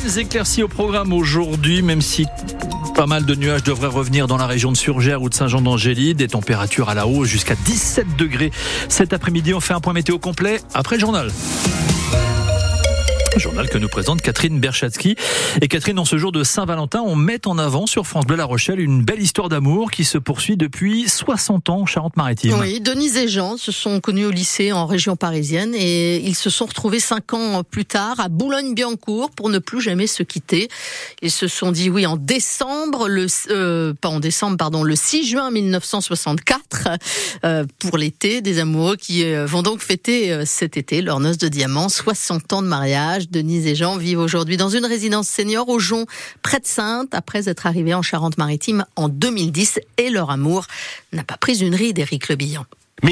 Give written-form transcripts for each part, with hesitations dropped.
belles éclaircies au programme aujourd'hui, même si pas mal de nuages devraient revenir dans la région de Surgères ou de Saint-Jean-d'Angély. Des températures à la hausse jusqu'à 17 degrés. Cet après-midi, on fait un point météo complet après le journal. Journal que nous présente Catherine Berchatsky. Et Catherine, en ce jour de Saint-Valentin, on met en avant sur France Bleu La Rochelle une belle histoire d'amour qui se poursuit depuis 60 ans en Charente-Maritime. Oui, Denise et Jean se sont connus au lycée en région parisienne et ils se sont retrouvés 5 ans plus tard à Boulogne-Billancourt pour ne plus jamais se quitter. Ils se sont dit oui en décembre, le 6 juin 1964 pour l'été, des amoureux qui vont donc fêter cet été leur noce de diamant, 60 ans de mariage. Denise et Jean vivent aujourd'hui dans une résidence senior au Jon, près de Saintes, après être arrivés en Charente-Maritime en 2010. Et leur amour n'a pas pris une ride, Éric Le Bihan.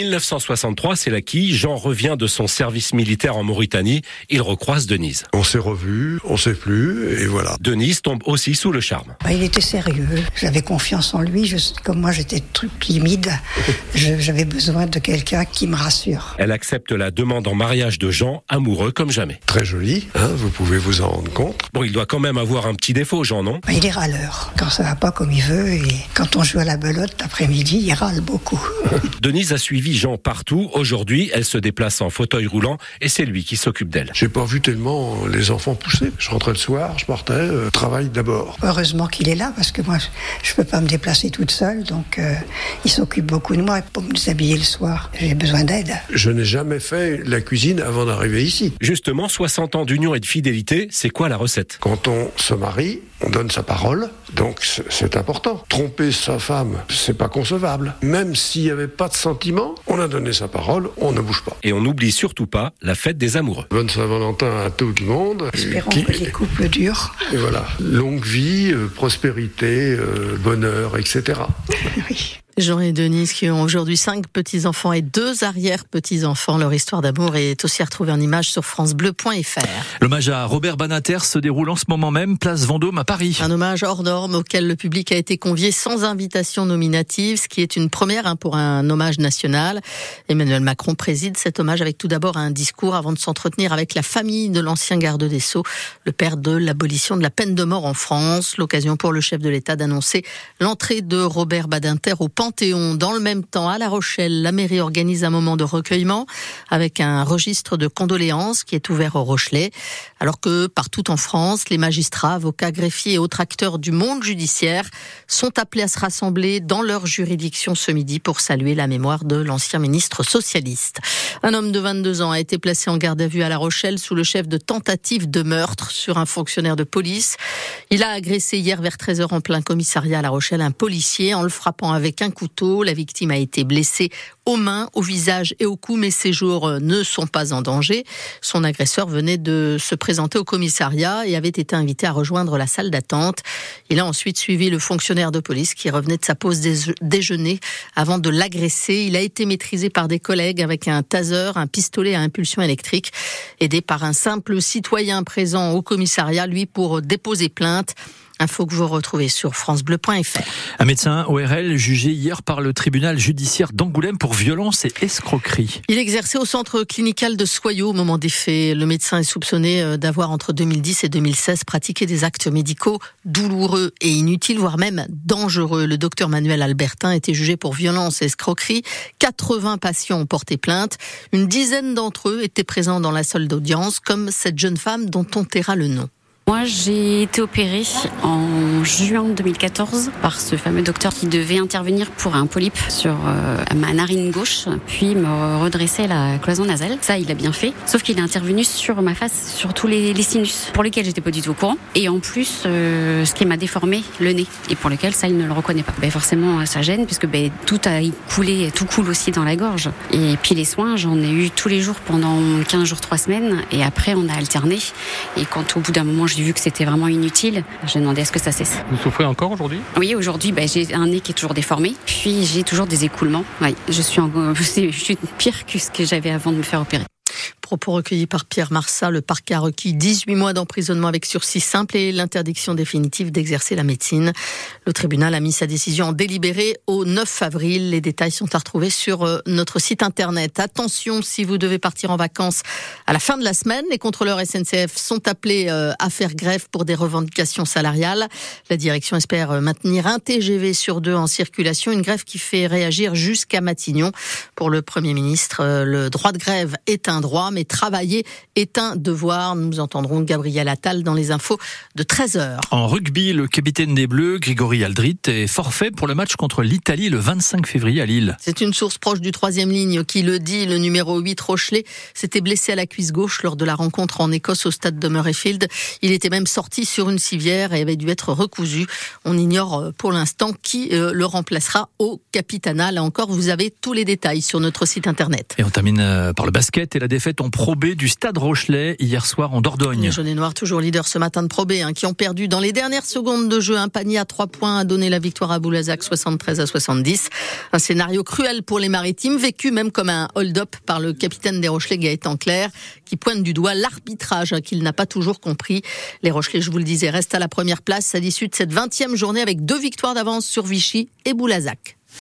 1963, c'est la quille. Jean revient de son service militaire en Mauritanie. Il recroise Denise. On s'est revus, on s'est plus, et voilà. Denise tombe aussi sous le charme. Il était sérieux. J'avais confiance en lui. Comme moi, j'étais timide. J'avais besoin de quelqu'un qui me rassure. Elle accepte la demande en mariage de Jean, amoureux comme jamais. Très joli, vous pouvez vous en rendre compte. Bon, il doit quand même avoir un petit défaut, Jean, non ? Il est râleur. Quand ça va pas comme il veut, et quand on joue à la belote l'après-midi, il râle beaucoup. Denise a suivi Jean partout. Aujourd'hui, elle se déplace en fauteuil roulant et c'est lui qui s'occupe d'elle. J'ai pas vu tellement les enfants pousser. Je rentrais le soir, je partais, travail d'abord. Heureusement qu'il est là parce que moi, je peux pas me déplacer toute seule. Donc, il s'occupe beaucoup de moi pour me déshabiller le soir. J'ai besoin d'aide. Je n'ai jamais fait la cuisine avant d'arriver ici. Justement, 60 ans d'union et de fidélité, c'est quoi la recette ? Quand on se marie, on donne sa parole, donc c'est important. Tromper sa femme, c'est pas concevable. Même s'il n'y avait pas de sentiment, on a donné sa parole, on ne bouge pas. Et on n'oublie surtout pas la fête des amoureux. Bonne Saint-Valentin à tout le monde. Espérons que les couples durent. Et voilà, longue vie, prospérité, bonheur, etc. Oui. Jean et Denise qui ont aujourd'hui 5 petits-enfants et 2 arrière-petits-enfants. Leur histoire d'amour est aussi retrouvée en images sur francebleu.fr. L'hommage à Robert Badinter se déroule en ce moment même, place Vendôme à Paris. Un hommage hors norme auquel le public a été convié sans invitation nominative, ce qui est une première pour un hommage national. Emmanuel Macron préside cet hommage avec tout d'abord un discours avant de s'entretenir avec la famille de l'ancien garde des Sceaux, le père de l'abolition de la peine de mort en France. L'occasion pour le chef de l'État d'annoncer l'entrée de Robert Badinter au Panthéon. Dans le même temps, à La Rochelle, la mairie organise un moment de recueillement avec un registre de condoléances qui est ouvert aux Rochelais. Alors que partout en France, les magistrats, avocats, greffiers et autres acteurs du monde judiciaire sont appelés à se rassembler dans leur juridiction ce midi pour saluer la mémoire de l'ancien ministre socialiste. Un homme de 22 ans a été placé en garde à vue à La Rochelle sous le chef de tentative de meurtre sur un fonctionnaire de police. Il a agressé hier vers 13h en plein commissariat à La Rochelle un policier en le frappant avec un couteau. La victime a été blessée aux mains, au visage et au cou, mais ses jours ne sont pas en danger. Son agresseur venait de se présenter au commissariat et avait été invité à rejoindre la salle d'attente. Il a ensuite suivi le fonctionnaire de police qui revenait de sa pause déjeuner avant de l'agresser. Il a été maîtrisé par des collègues avec un taser, un pistolet à impulsion électrique, aidé par un simple citoyen présent au commissariat, lui, pour déposer plainte. Info que vous retrouvez sur francebleu.fr. Un médecin ORL jugé hier par le tribunal judiciaire d'Angoulême pour violence et escroquerie. Il exerçait au centre clinical de Soyaux au moment des faits. Le médecin est soupçonné d'avoir entre 2010 et 2016 pratiqué des actes médicaux douloureux et inutiles, voire même dangereux. Le docteur Manuel Albertin était jugé pour violence et escroquerie. 80 patients ont porté plainte. Une dizaine d'entre eux étaient présents dans la salle d'audience, comme cette jeune femme dont on taira le nom. Moi, j'ai été opérée en juin 2014 par ce fameux docteur qui devait intervenir pour un polype sur ma narine gauche, puis me redresser la cloison nasale. Ça, il a bien fait. Sauf qu'il est intervenu sur ma face, sur tous les sinus, pour lesquels j'étais pas du tout au courant. Et en plus, ce qui m'a déformé le nez, et pour lequel ça, il ne le reconnaît pas. Forcément, ça gêne, puisque tout a coulé, tout coule aussi dans la gorge. Et puis les soins, j'en ai eu tous les jours pendant 15 jours, 3 semaines. Et après, on a alterné. Et quand au bout d'un moment, j'ai vu que c'était vraiment inutile, j'ai demandé à ce que ça cesse. Vous souffrez encore aujourd'hui ? Oui, aujourd'hui, j'ai un nez qui est toujours déformé, puis j'ai toujours des écoulements. Oui, je suis pire que ce que j'avais avant de me faire opérer. Propos recueillis par Pierre Marsat. Le parquet a requis 18 mois d'emprisonnement avec sursis simple et l'interdiction définitive d'exercer la médecine. Le tribunal a mis sa décision en délibéré au 9 avril. Les détails sont à retrouver sur notre site internet. Attention, si vous devez partir en vacances à la fin de la semaine, les contrôleurs SNCF sont appelés à faire grève pour des revendications salariales. La direction espère maintenir un TGV sur 2 en circulation, une grève qui fait réagir jusqu'à Matignon. Pour le Premier ministre, le droit de grève est un droit, mais travailler est un devoir. Nous entendrons Gabriel Attal dans les infos de 13h. En rugby, le capitaine des Bleus, Grégory Aldrit, est forfait pour le match contre l'Italie le 25 février à Lille. C'est une source proche du 3e ligne qui le dit. Le numéro 8, Rochelet, s'était blessé à la cuisse gauche lors de la rencontre en Écosse au stade de Murrayfield. Il était même sorti sur une civière et avait dû être recousu. On ignore pour l'instant qui le remplacera au capitanat. Là encore, vous avez tous les détails sur notre site internet. Et on termine par le basket et la défaite en Pro B du stade Rochelet hier soir en Dordogne. Les jaunes et noirs toujours leaders ce matin de Pro B, qui ont perdu dans les dernières secondes de jeu. Un panier à 3 points a donné la victoire à Boulazac 73-70. Un scénario cruel pour les maritimes, vécu même comme un hold-up par le capitaine des Rochelais Gaëtan Clerc, qui pointe du doigt l'arbitrage qu'il n'a pas toujours compris. Les Rochelais, je vous le disais, restent à la première place à l'issue de cette 20e journée avec 2 victoires d'avance sur Vichy et Boulazac.